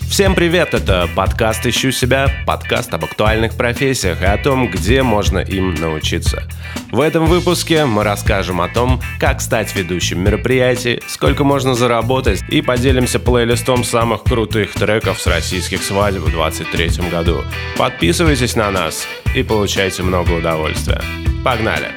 Всем привет, это подкаст «Ищу себя», подкаст об актуальных профессиях и о том, где можно им научиться. В этом выпуске мы расскажем о том, как стать ведущим мероприятий, сколько можно заработать и поделимся плейлистом самых крутых треков с российских свадеб в 2023 году. Подписывайтесь на нас и получайте много удовольствия. Погнали!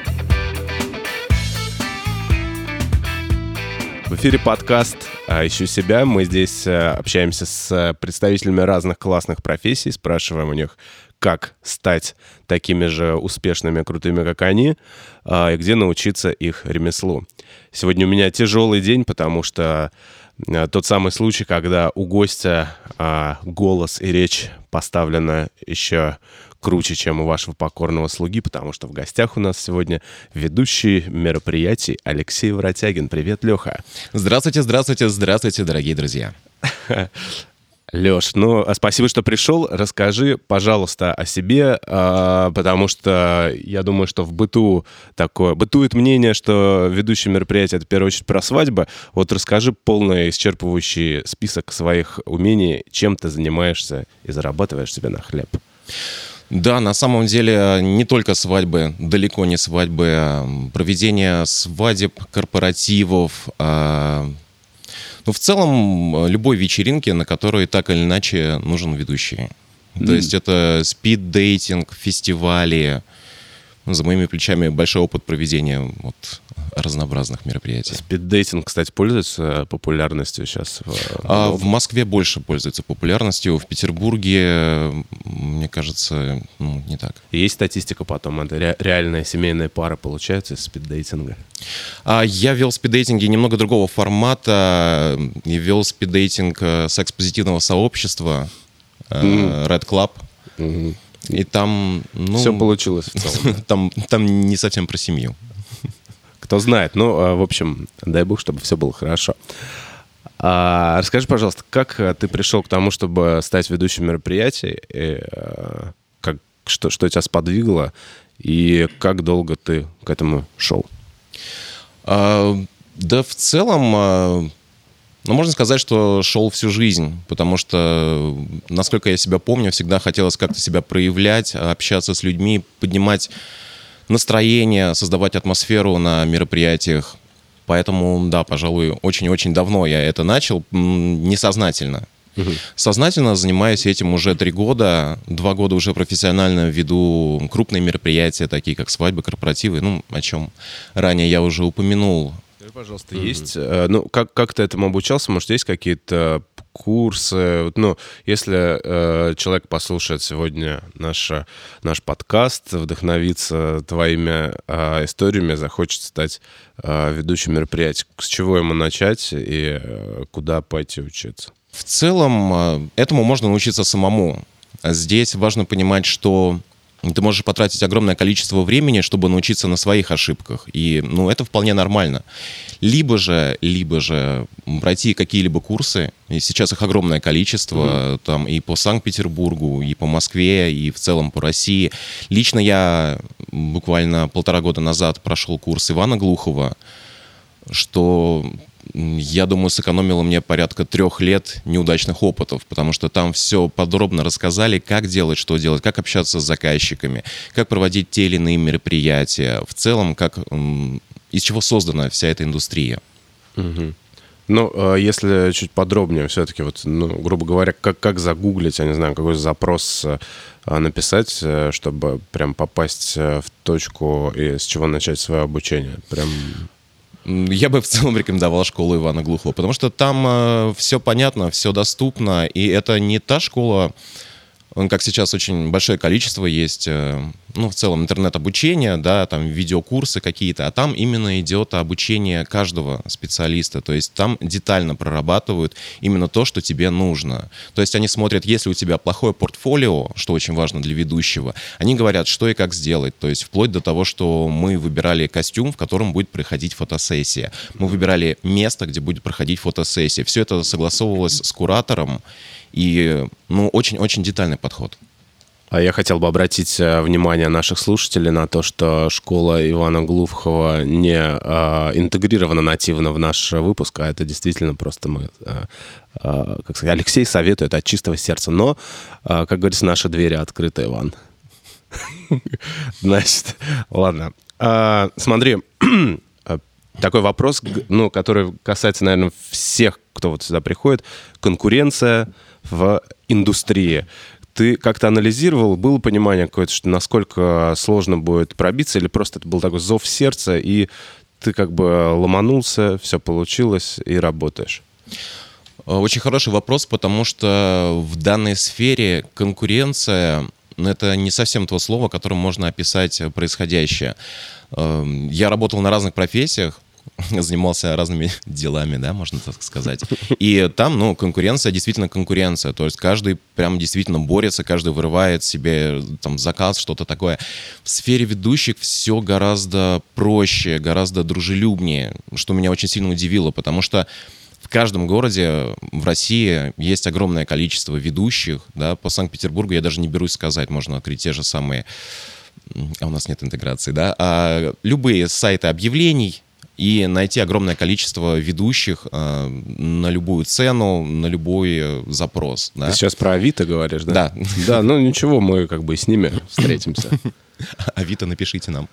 В эфире подкаст «Ищу себя». Мы здесь общаемся с представителями разных классных профессий, спрашиваем у них, как стать такими же успешными, крутыми, как они, и где научиться их ремеслу. Сегодня у меня тяжелый день, потому что тот самый случай, когда у гостя голос и речь поставлена еще круче, чем у вашего покорного слуги, потому что в гостях у нас сегодня ведущий мероприятий Алексей Воротягин. Привет, Леха. Здравствуйте, дорогие друзья. Леш, спасибо, что пришел. Расскажи, пожалуйста, о себе, потому что я думаю, что в быту бытует мнение, что ведущее мероприятие — это в первую очередь про свадьбы. Вот расскажи полный исчерпывающий список своих умений, чем ты занимаешься и зарабатываешь себе на хлеб. Да, на самом деле не только свадьбы, далеко не свадьбы, проведение свадеб, корпоративов, в целом любой вечеринки, на которой так или иначе нужен ведущий. То есть это спид-дейтинг, фестивали. За моими плечами большой опыт проведения разнообразных мероприятий. Спид-дейтинг, кстати, пользуется популярностью сейчас? В Москве больше пользуется популярностью. В Петербурге, мне кажется, не так. Есть статистика потом? Это реальная семейная пара получается из спид-дейтинга? Я вел спид-дейтинги немного другого формата. Я вел спид-дейтинг секс-позитивного сообщества Red Club. И там... Все получилось в целом. Там не совсем про семью. Кто знает. В общем, дай бог, чтобы все было хорошо. Расскажи, пожалуйста, как ты пришел к тому, чтобы стать ведущим мероприятий? Что тебя сподвигло? И как долго ты к этому шел? Да, в целом... можно сказать, что шел всю жизнь, потому что, насколько я себя помню, всегда хотелось как-то себя проявлять, общаться с людьми, поднимать настроение, создавать атмосферу на мероприятиях. Поэтому, да, пожалуй, очень-очень давно я это начал, несознательно. Сознательно занимаюсь этим уже 3 года. 2 года уже профессионально веду крупные мероприятия, такие как свадьбы, корпоративы, о чем ранее я уже упомянул. Скажи, пожалуйста, есть, как ты этому обучался? Может, есть какие-то курсы? Если человек послушает сегодня наш подкаст, вдохновится твоими историями, захочет стать ведущим мероприятий, с чего ему начать и куда пойти учиться? В целом, этому можно научиться самому. Здесь важно понимать, что ты можешь потратить огромное количество времени, чтобы научиться на своих ошибках. И, это вполне нормально. Либо же пройти какие-либо курсы. И сейчас их огромное количество. Там и по Санкт-Петербургу, и по Москве, и в целом по России. Лично я буквально 1,5 года назад прошел курс Ивана Глухова, что... я думаю, сэкономило мне порядка 3 лет неудачных опытов, потому что там все подробно рассказали, как делать, что делать, как общаться с заказчиками, как проводить те или иные мероприятия, в целом, из чего создана вся эта индустрия. Если чуть подробнее, все-таки, грубо говоря, как загуглить, я не знаю, какой запрос написать, чтобы прям попасть в точку и с чего начать свое обучение? Я бы в целом рекомендовал школу Ивана Глухова, потому что там все понятно, все доступно, и это не та школа, как сейчас очень большое количество есть, в целом интернет-обучения, да, там видеокурсы какие-то, а там именно идет обучение каждого специалиста, то есть там детально прорабатывают именно то, что тебе нужно. То есть они смотрят, если у тебя плохое портфолио, что очень важно для ведущего, они говорят, что и как сделать, то есть вплоть до того, что мы выбирали костюм, в котором будет проходить фотосессия, мы выбирали место, где будет проходить фотосессия, все это согласовывалось с куратором, и, очень-очень детальный подход. А я хотел бы обратить внимание наших слушателей на то, что школа Ивана Глухова не интегрирована нативно в наш выпуск, а это действительно просто мы, как сказать, Алексей советует от чистого сердца. Но, как говорится, наши двери открыты, Иван. Значит, ладно. Смотри, такой вопрос, ну, который касается, наверное, всех, кто вот сюда приходит. Конкуренция в индустрии. Ты как-то анализировал, было понимание какое-то, что насколько сложно будет пробиться, или просто это был такой зов сердца, и ты как бы ломанулся, все получилось, и работаешь? Очень хороший вопрос, потому что в данной сфере конкуренция — это не совсем то слово, которым можно описать происходящее. Я работал на разных профессиях, занимался разными делами, да, можно так сказать. И там, ну, конкуренция, действительно конкуренция. То есть каждый прям действительно борется, каждый вырывает себе там заказ, что-то такое. В сфере ведущих все гораздо проще, гораздо дружелюбнее, что меня очень сильно удивило, потому что в каждом городе в России есть огромное количество ведущих, да, по Санкт-Петербургу я даже не берусь сказать, можно открыть те же самые, а у нас нет интеграции, да, любые сайты объявлений, и найти огромное количество ведущих на любую цену, на любой запрос. Да? Ты сейчас про Авито говоришь, да? Да. Да, ну ничего, мы как бы с ними встретимся. Авито напишите нам.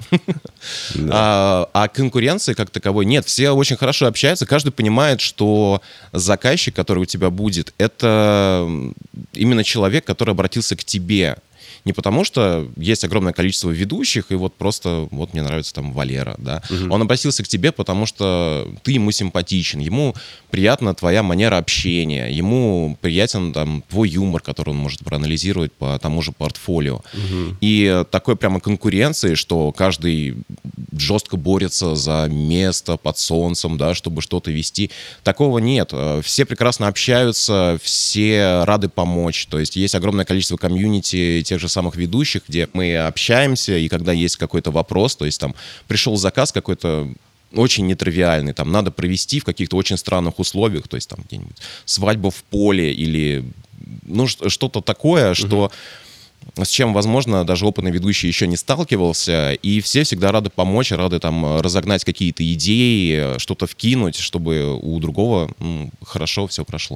Да. А конкуренции как таковой нет. Все очень хорошо общаются, каждый понимает, что заказчик, который у тебя будет, это именно человек, который обратился к тебе. Не потому, что есть огромное количество ведущих, и вот просто, вот мне нравится там Валера, да. Он обратился к тебе, потому что ты ему симпатичен, ему приятна твоя манера общения, ему приятен там твой юмор, который он может проанализировать по тому же портфолио. И такой прямо конкуренции, что каждый жестко борется за место под солнцем, да, чтобы что-то вести, такого нет. Все прекрасно общаются, все рады помочь. То есть есть огромное количество комьюнити тех же самых ведущих, где мы общаемся, и когда есть какой-то вопрос, то есть там пришел заказ какой-то очень нетривиальный, там надо провести в каких-то очень странных условиях, то есть там где-нибудь свадьба в поле или ну, что-то такое, что с чем, возможно, даже опытный ведущий еще не сталкивался, и все всегда рады помочь, рады там разогнать какие-то идеи, что-то вкинуть, чтобы у другого хорошо все прошло.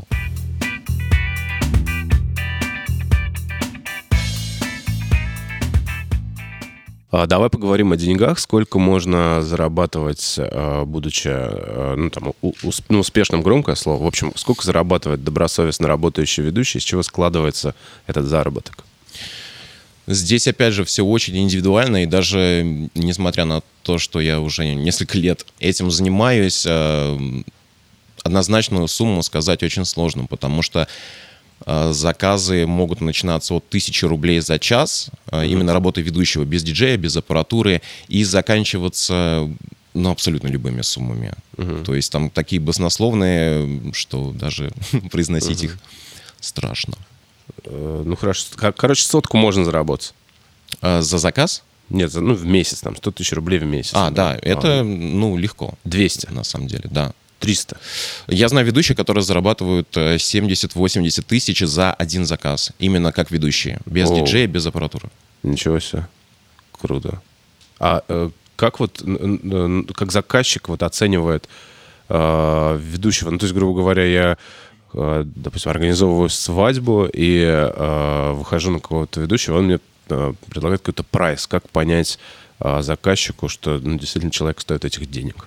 Давай поговорим о деньгах. Сколько можно зарабатывать, будучи ну, там, успешным, громкое слово. В общем, сколько зарабатывает добросовестно работающий ведущий, из чего складывается этот заработок? Здесь, опять же, все очень индивидуально, и даже несмотря на то, что я уже несколько лет этим занимаюсь, однозначную сумму сказать очень сложно, потому что заказы могут начинаться от 1000 рублей за час, именно работы ведущего, без диджея, без аппаратуры, и заканчиваться ну, абсолютно любыми суммами. То есть там такие баснословные, что даже произносить их страшно. Ну хорошо, короче, 100 можно заработать. За заказ? Нет, ну в месяц, там 100 000 рублей в месяц. Да, это ну легко. 200? На самом деле, да. 300. Я знаю ведущих, которые зарабатывают 70-80 тысяч за один заказ. Именно как ведущие. Без диджея, без аппаратуры. Ничего себе. Круто. А как вот, как заказчик вот оценивает ведущего? Ну, то есть, грубо говоря, я, допустим, организовываю свадьбу и выхожу на какого-то ведущего, он мне предлагает какой-то прайс. Как понять заказчику, что ну, действительно человек стоит этих денег?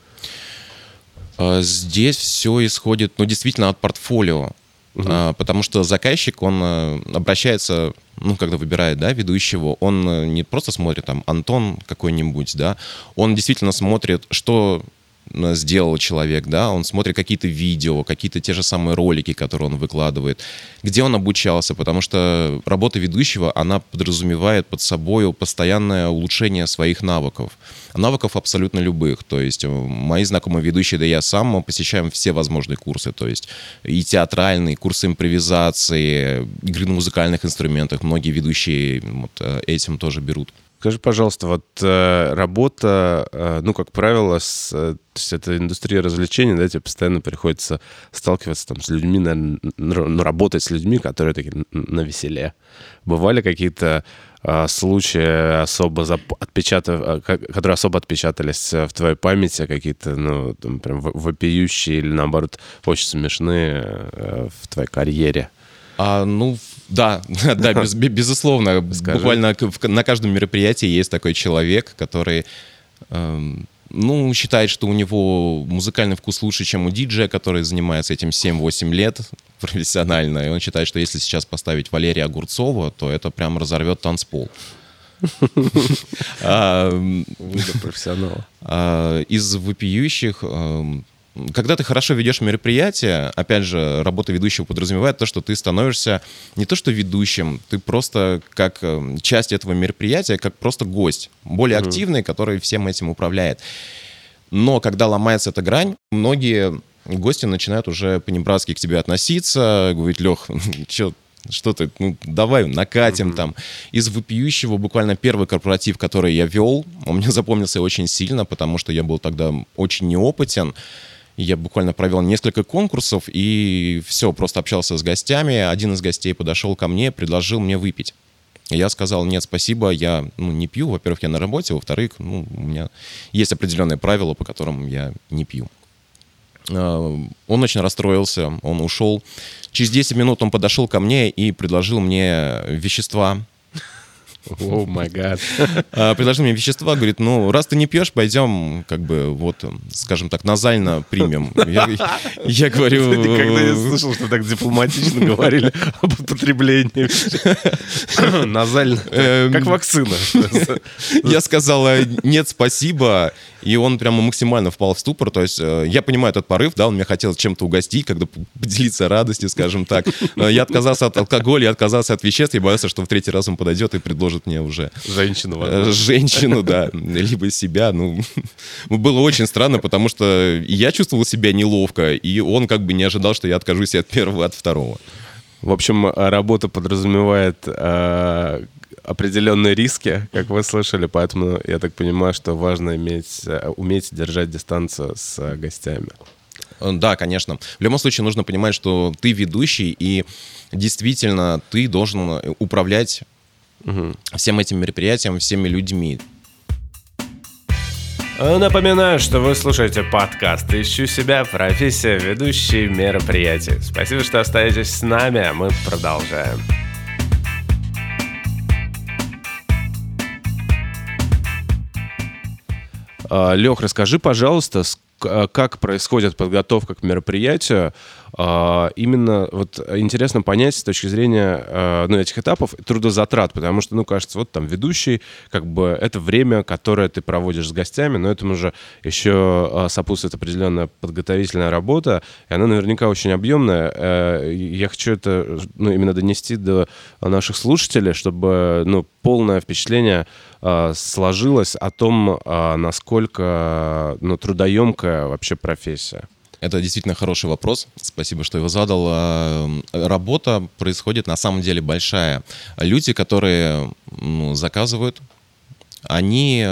Здесь все исходит, ну, действительно от портфолио, потому что заказчик, он обращается, ну, когда выбирает, да, ведущего, он не просто смотрит, там, Антон какой-нибудь, да, он действительно смотрит, что сделал человек, да, он смотрит какие-то видео, какие-то те же самые ролики, которые он выкладывает, где он обучался, потому что работа ведущего, она подразумевает под собой постоянное улучшение своих навыков абсолютно любых, то есть мои знакомые ведущие, да и я сам, мы посещаем все возможные курсы, то есть и театральные, курсы импровизации, игры на музыкальных инструментах, многие ведущие вот, этим тоже берут. Скажи, пожалуйста, вот работа, как правило, то есть это индустрия развлечений, да, тебе постоянно приходится сталкиваться там с людьми, наверное, работать с людьми, которые такие навеселе. Бывали какие-то случаи, которые особо отпечатались в твоей памяти, какие-то, там, прям вопиющие или, наоборот, очень смешные в твоей карьере? Да, безусловно. Скажи. Буквально на каждом мероприятии есть такой человек, который, считает, что у него музыкальный вкус лучше, чем у диджея, который занимается этим 7-8 лет профессионально. И он считает, что если сейчас поставить Валерия Огурцова, то это прям разорвет танцпол. Выдох профессионала. Из вопиющих... Когда ты хорошо ведешь мероприятие, опять же, работа ведущего подразумевает то, что ты становишься не то что ведущим, ты просто как часть этого мероприятия, как просто гость, более активный, который всем этим управляет. Но когда ломается эта грань, многие гости начинают уже понебратски к тебе относиться, говорить: Лех, что ты, давай накатим там. Из вопиющего буквально первый корпоратив, который я вел, он мне запомнился очень сильно, потому что я был тогда очень неопытен. Я буквально провел несколько конкурсов и все, просто общался с гостями. Один из гостей подошел ко мне, предложил мне выпить. Я сказал: нет, спасибо, я не пью. Во-первых, я на работе, во-вторых, у меня есть определенные правила, по которым я не пью. Он очень расстроился, он ушел. Через 10 минут он подошел ко мне и предложил мне вещества. О май гад. Предложил мне вещества, говорит: раз ты не пьешь, пойдем, скажем так, назально примем. Я говорю... Никогда не слышал, что так дипломатично говорили об употреблении. Назально. Как вакцина. Я сказал: нет, спасибо. И он прямо максимально впал в ступор. То есть я понимаю этот порыв, да, он меня хотел чем-то угостить, когда поделиться радостью, скажем так. Я отказался от алкоголя, я отказался от веществ, я боялся, что в третий раз он подойдет и предложит мне уже... Женщину, возможно. Женщину, да. Либо себя. Было очень странно, потому что я чувствовал себя неловко, и он как бы не ожидал, что я откажусь и от первого, и от второго. В общем, работа подразумевает определенные риски, как вы слышали, поэтому я так понимаю, что важно уметь держать дистанцию с гостями. Да, конечно. В любом случае нужно понимать, что ты ведущий, и действительно ты должен управлять всем этим мероприятием, всеми людьми. Напоминаю, что вы слушаете подкаст «Ищу себя. Профессия ведущий мероприятий». Спасибо, что остаетесь с нами, а мы продолжаем. Лех, расскажи, пожалуйста, как происходит подготовка к мероприятию. Именно вот интересно понять с точки зрения этих этапов трудозатрат, потому что, кажется, вот там ведущий, как бы это время, которое ты проводишь с гостями, но этому же еще сопутствует определенная подготовительная работа, и она наверняка очень объемная. Я хочу это именно донести до наших слушателей, чтобы полное впечатление сложилось о том, насколько трудоемкая вообще профессия. Это действительно хороший вопрос. Спасибо, что его задал. Работа происходит на самом деле большая. Люди, которые заказывают, они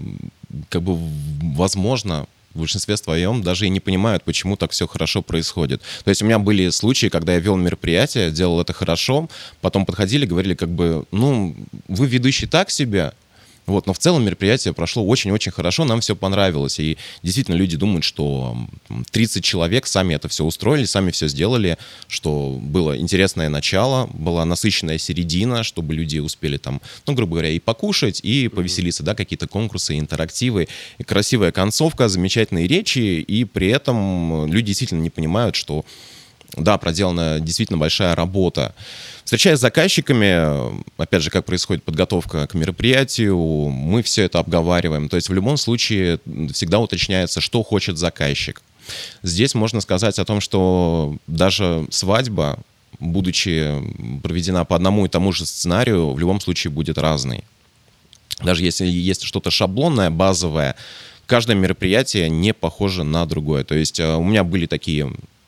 возможно, в большинстве своем даже и не понимают, почему так все хорошо происходит. То есть у меня были случаи, когда я вел мероприятие, делал это хорошо, потом подходили, говорили вы ведущий так себе. Но в целом мероприятие прошло очень-очень хорошо, нам все понравилось. И действительно люди думают, что 30 человек сами это все устроили, сами все сделали, что было интересное начало, была насыщенная середина, чтобы люди успели грубо говоря, и покушать, и повеселиться, да, какие-то конкурсы, интерактивы, и красивая концовка, замечательные речи, и при этом люди действительно не понимают, что да, проделана действительно большая работа. Встречаясь с заказчиками, опять же, как происходит подготовка к мероприятию, мы все это обговариваем. То есть в любом случае всегда уточняется, что хочет заказчик. Здесь можно сказать о том, что даже свадьба, будучи проведена по одному и тому же сценарию, в любом случае будет разной. Даже если есть что-то шаблонное, базовое, каждое мероприятие не похоже на другое. То есть у меня были такие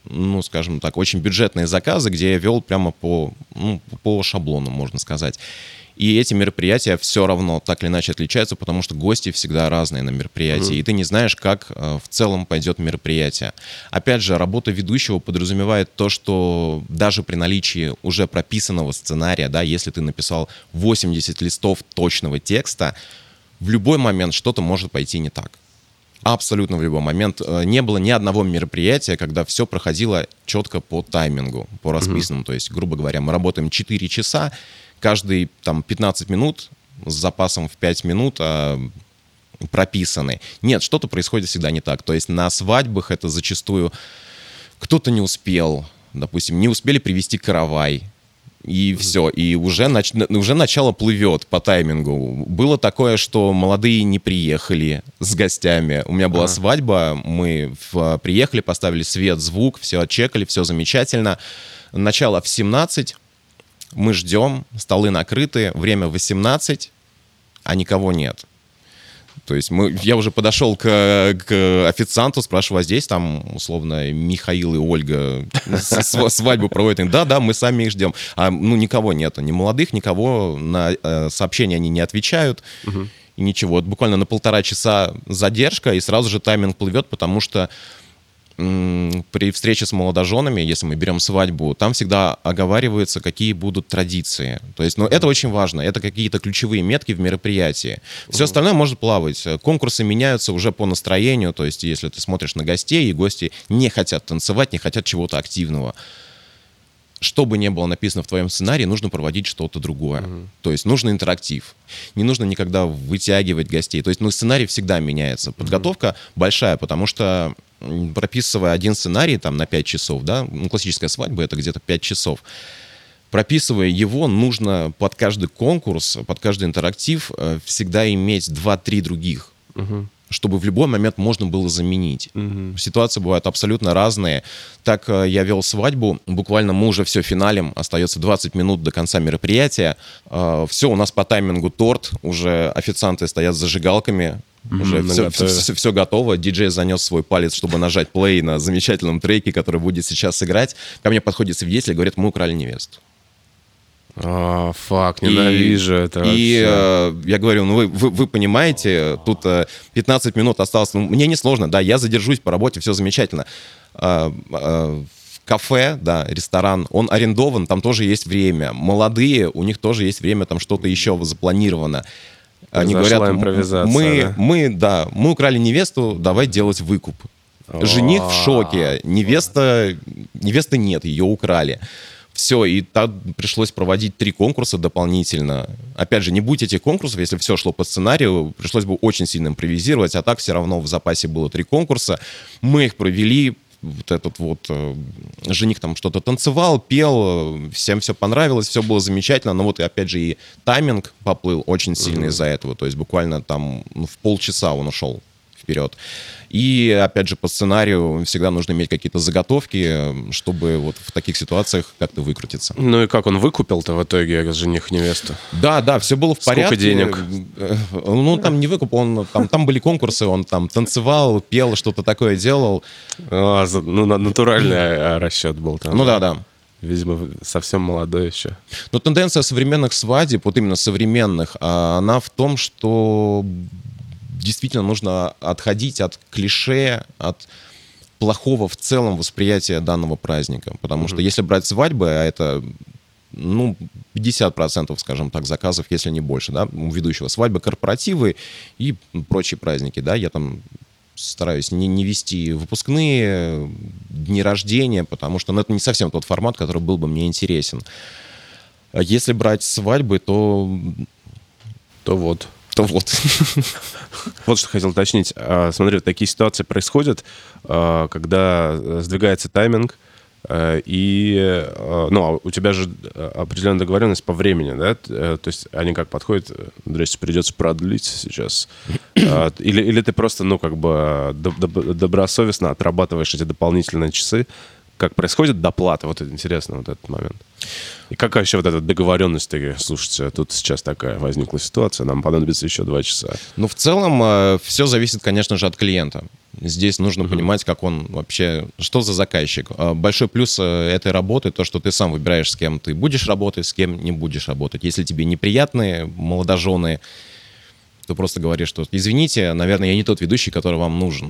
скажем так, очень бюджетные заказы, где я вел прямо по шаблону, можно сказать. И эти мероприятия все равно так или иначе отличаются, потому что гости всегда разные на мероприятии, и ты не знаешь, как в целом пойдет мероприятие. Опять же, работа ведущего подразумевает то, что даже при наличии уже прописанного сценария, да, если ты написал 80 листов точного текста, в любой момент что-то может пойти не так. Абсолютно в любой момент. Не было ни одного мероприятия, когда все проходило четко по таймингу, по расписанному. То есть, грубо говоря, мы работаем 4 часа, каждые 15 минут с запасом в 5 минут прописаны. Нет, что-то происходит всегда не так. То есть на свадьбах это зачастую кто-то не успел, допустим, не успели привезти каравай, и все, и уже начало плывет по таймингу. Было такое, что молодые не приехали с гостями. У меня была свадьба, мы приехали, поставили свет, звук, все отчекали, все замечательно. Начало в 17, мы ждем, столы накрыты, время 18, а никого нет. То есть я уже подошел к официанту, спрашиваю, а здесь там, условно, Михаил и Ольга свадьбу проводят? Да, мы сами их ждем. А никого нету, ни молодых, никого, на сообщения они не отвечают. И ничего, вот буквально на 1,5 часа задержка, и сразу же тайминг плывет, потому что при встрече с молодоженами, если мы берем свадьбу, там всегда оговариваются, какие будут традиции. То есть, это очень важно. Это какие-то ключевые метки в мероприятии. Все остальное может плавать. Конкурсы меняются уже по настроению. То есть, если ты смотришь на гостей, и гости не хотят танцевать, не хотят чего-то активного. Что бы ни было написано в твоем сценарии, нужно проводить что-то другое. То есть нужно интерактив. Не нужно никогда вытягивать гостей. То есть сценарий всегда меняется. Подготовка большая, потому что прописывая один сценарий там, на 5 часов, да, классическая свадьба — это где-то 5 часов, прописывая его, нужно под каждый конкурс, под каждый интерактив всегда иметь 2-3 других, чтобы в любой момент можно было заменить. Ситуации бывают абсолютно разные. Так я вел свадьбу, буквально мы уже все финалим, остается 20 минут до конца мероприятия, все, у нас по таймингу торт, уже официанты стоят с зажигалками, уже все готово. Диджей занес свой палец, чтобы нажать плей на замечательном треке, который будет сейчас играть. Ко мне подходит свидетель и говорит: мы украли невесту. Ненавижу это вообще. Я говорю, вы понимаете, тут 15 минут осталось. Мне несложно, да, я задержусь по работе, все замечательно. Кафе, да, ресторан, он арендован, там тоже есть время. Молодые, у них тоже есть время, там что-то еще запланировано. Они говорят, мы украли невесту, давай делать выкуп. Жених в шоке, невесты нет, ее украли. Все, и там пришлось проводить 3 конкурса дополнительно. Опять же, не будь этих конкурсов, если все шло по сценарию, пришлось бы очень сильно импровизировать, а так все равно в запасе было 3 конкурса. Мы их провели, жених там что-то танцевал, пел, всем все понравилось, все было замечательно, но опять же и тайминг поплыл очень сильно из-за этого, то есть буквально там в полчаса он ушел вперед. И, опять же, по сценарию всегда нужно иметь какие-то заготовки, чтобы в таких ситуациях как-то выкрутиться. И как он выкупил-то в итоге, жених невесту? Да, все было в порядке. Сколько денег? Там не выкуп, там были конкурсы, он там танцевал, пел, что-то такое делал. Натуральный расчет был там. Да. Видимо, совсем молодой еще. Но тенденция современных свадеб, именно современных, она в том, что действительно нужно отходить от клише, от плохого в целом восприятия данного праздника. Потому что если брать свадьбы, а это 50%, скажем так, заказов, если не больше, да, у ведущего свадьбы, корпоративы и прочие праздники, да, я там стараюсь не вести выпускные, дни рождения, потому что это не совсем тот формат, который был бы мне интересен. А если брать свадьбы, то вот. Вот что хотел уточнить. Смотри, такие ситуации происходят, когда сдвигается тайминг, и у тебя же определенная договоренность по времени, да? То есть они как подходят, здрасте, придется продлить сейчас. Или ты просто, добросовестно отрабатываешь эти дополнительные часы. Как происходит доплата? Вот это интересно, этот момент. И какая еще вот эта договоренность? Слушайте, тут сейчас такая возникла ситуация, нам понадобится еще 2 часа. Ну, в целом, все зависит, конечно же, от клиента. Здесь нужно понимать, как он вообще, что за заказчик. Большой плюс этой работы, то, что ты сам выбираешь, с кем ты будешь работать, с кем не будешь работать. Если тебе неприятные молодожены, то просто говоришь, что извините, наверное, я не тот ведущий, который вам нужен.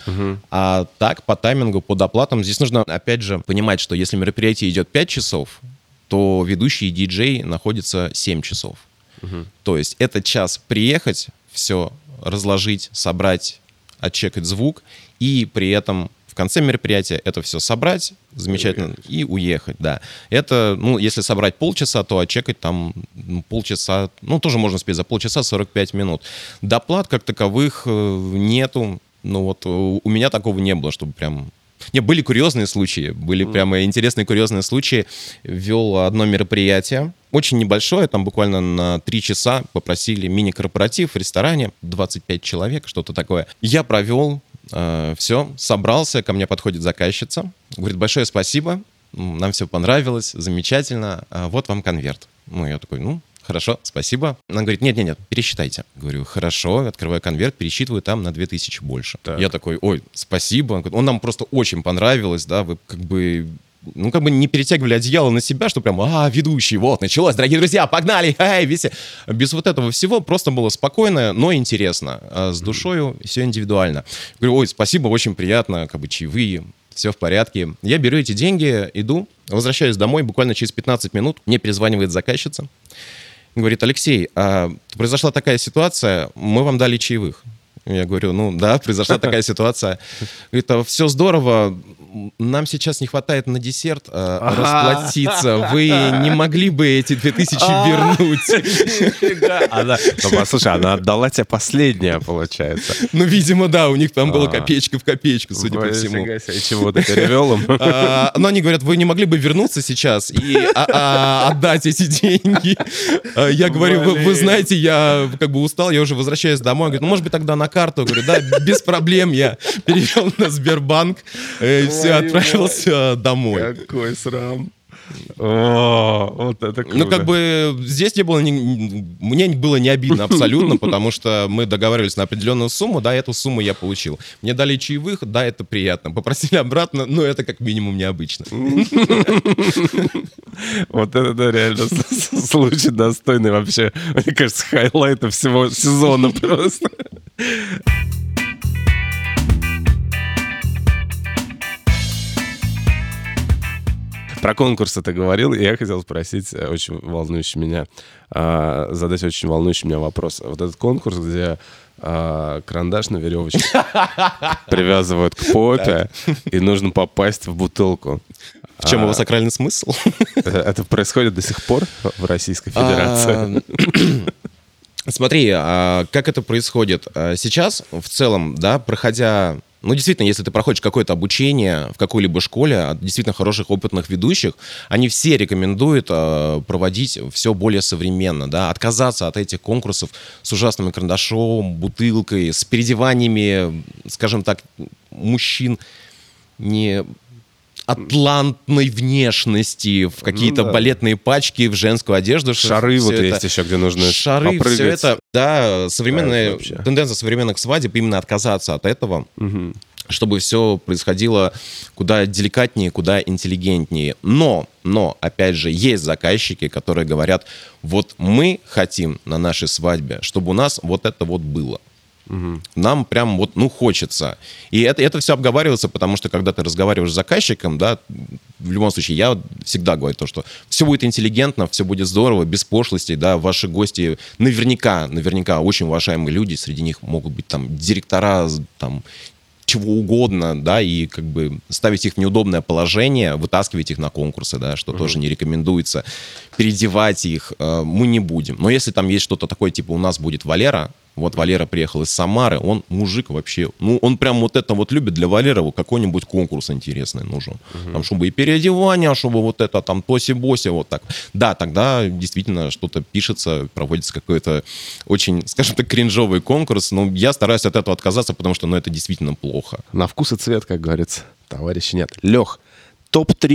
А так, по таймингу, по доплатам, здесь нужно, опять же, понимать, что если мероприятие идет 5 часов, то ведущий и диджей находятся 7 часов. То есть это час приехать, все разложить, собрать, отчекать звук, и при этом в конце мероприятия это все собрать, замечательно, и уехать, да. Это, ну, если собрать полчаса, то отчекать там полчаса, ну, тоже можно успеть за полчаса, 45 минут. Доплат как таковых нету. Ну, вот у меня такого не было, чтобы прям... Не, были курьезные случаи, были прямо интересные курьезные случаи. Вел одно мероприятие, очень небольшое, там буквально на 3 часа попросили мини-корпоратив в ресторане, 25 человек, что-то такое. Я провел, все, собрался, ко мне подходит заказчица, говорит, большое спасибо, нам все понравилось, замечательно, вот вам конверт. Ну, я такой, ну, хорошо, спасибо. Она говорит, нет, пересчитайте. Говорю, хорошо, открываю конверт, пересчитываю, там на 2000 больше. Так. Я такой, ой, спасибо. Он нам просто очень понравилось, да, вы как бы не перетягивали одеяло на себя, что прям, ведущий, вот, началось, дорогие друзья, погнали, весело. Без вот этого всего просто было спокойно, но интересно. С душою все индивидуально. Говорю, ой, спасибо, очень приятно, как бы чаевые, все в порядке. Я беру эти деньги, иду, возвращаюсь домой, буквально через 15 минут мне перезванивает заказчица. Говорит, Алексей, произошла такая ситуация, мы вам дали чаевых. Я говорю, ну да, произошла такая ситуация. Говорит, все здорово, нам сейчас не хватает на десерт расплатиться. Вы не могли бы эти 2000 вернуть? Послушай, она отдала тебе последнее, получается. Ну, видимо, да, у них там была копеечка в копеечку, судя по всему. И чего ты перевел им? Но они говорят, вы не могли бы вернуться сейчас и отдать эти деньги? Я говорю, вы знаете, я как бы устал, я уже возвращаюсь домой. Говорит, ну, может быть, тогда на карту. Говорю, да, без проблем, я перевел на Сбербанк, и все, отправился домой. Какой срам. О, вот это круто. Ну, как бы здесь не было, мне было не обидно абсолютно, потому что мы договаривались на определенную сумму, да, эту сумму я получил. Мне дали чаевых, да, это приятно. Попросили обратно, но это как минимум необычно. Вот это, да, реально случай достойный вообще, мне кажется, хайлайта всего сезона просто. Про конкурсы ты говорил, и я хотел спросить очень волнующий меня, задать очень волнующий меня вопрос. Вот этот конкурс, где карандаш на веревочке привязывают к попе, и нужно попасть в бутылку. В чем его сакральный смысл? Это происходит до сих пор в Российской Федерации? Смотри, как это происходит. Сейчас, в целом, да, проходя... Ну, действительно, если ты проходишь какое-то обучение в какой-либо школе от действительно хороших, опытных ведущих, они все рекомендуют проводить все более современно, да, отказаться от этих конкурсов с ужасным карандашом, бутылкой, с переодеваниями, скажем так, мужчин не атлантной внесности, в какие-то балетные пачки, в женскую одежду. Шары вот есть еще, где нужно шары, попрыгать. все это, да, современная тенденция современных свадеб именно отказаться от этого, чтобы все происходило куда деликатнее, куда интеллигентнее. Но, опять же, есть заказчики, которые говорят, вот мы хотим на нашей свадьбе, чтобы у нас вот это вот было. Нам прям вот, хочется. И это все обговаривается, потому что, когда ты разговариваешь с заказчиком, да, в любом случае, я всегда говорю то, что все будет интеллигентно, все будет здорово, без пошлостей, да, ваши гости наверняка очень уважаемые люди, среди них могут быть там директора, там, чего угодно, да, и как бы ставить их в неудобное положение, вытаскивать их на конкурсы, да, что тоже не рекомендуется, переодевать их мы не будем. Но если там есть что-то такое, типа у нас будет Валера, вот Валера приехал из Самары, он мужик вообще, он прям вот это вот любит, для Валеры какой-нибудь конкурс интересный нужен. Там, чтобы и переодевание, чтобы вот это там тоси-боси, вот так. Да, тогда действительно что-то пишется, проводится какой-то очень, скажем так, кринжовый конкурс, но я стараюсь от этого отказаться, потому что, это действительно плохо. На вкус и цвет, как говорится, товарищи, нет. Лех, топ-3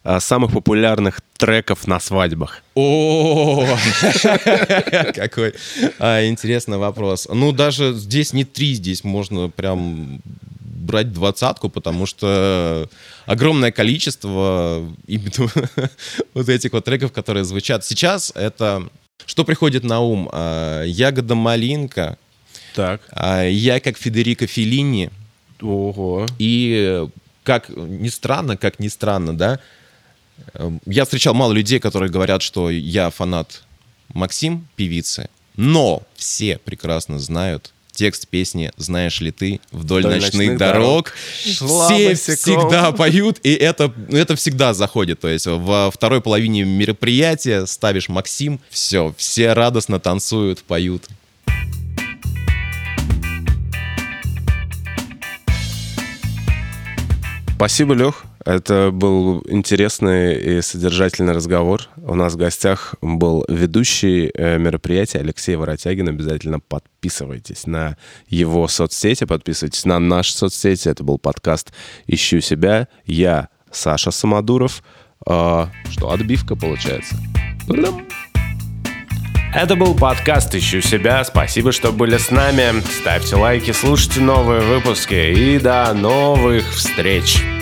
самых популярных треков на свадьбах? О, какой интересный вопрос. Ну, даже здесь не 3, здесь можно прям брать 20, потому что огромное количество именно вот этих вот треков, которые звучат. Сейчас это... Что приходит на ум? «Ягода малинка», Так. «Я как Федерико Феллини». Ого. И как ни странно, да, я встречал мало людей, которые говорят, что я фанат Максим, певицы, но все прекрасно знают текст песни «Знаешь ли ты» «Вдоль ночных дорог». Все всегда поют, и это всегда заходит. То есть во второй половине мероприятия ставишь Максим, все радостно танцуют, поют. Спасибо, Лех. Это был интересный и содержательный разговор. У нас в гостях был ведущий мероприятия Алексей Воротягин. Обязательно подписывайтесь на его соцсети, подписывайтесь на наши соцсети. Это был подкаст «Ищу себя». Я Саша Самодуров. Что, отбивка получается? Это был подкаст «Ищу себя». Спасибо, что были с нами. Ставьте лайки, слушайте новые выпуски. И до новых встреч!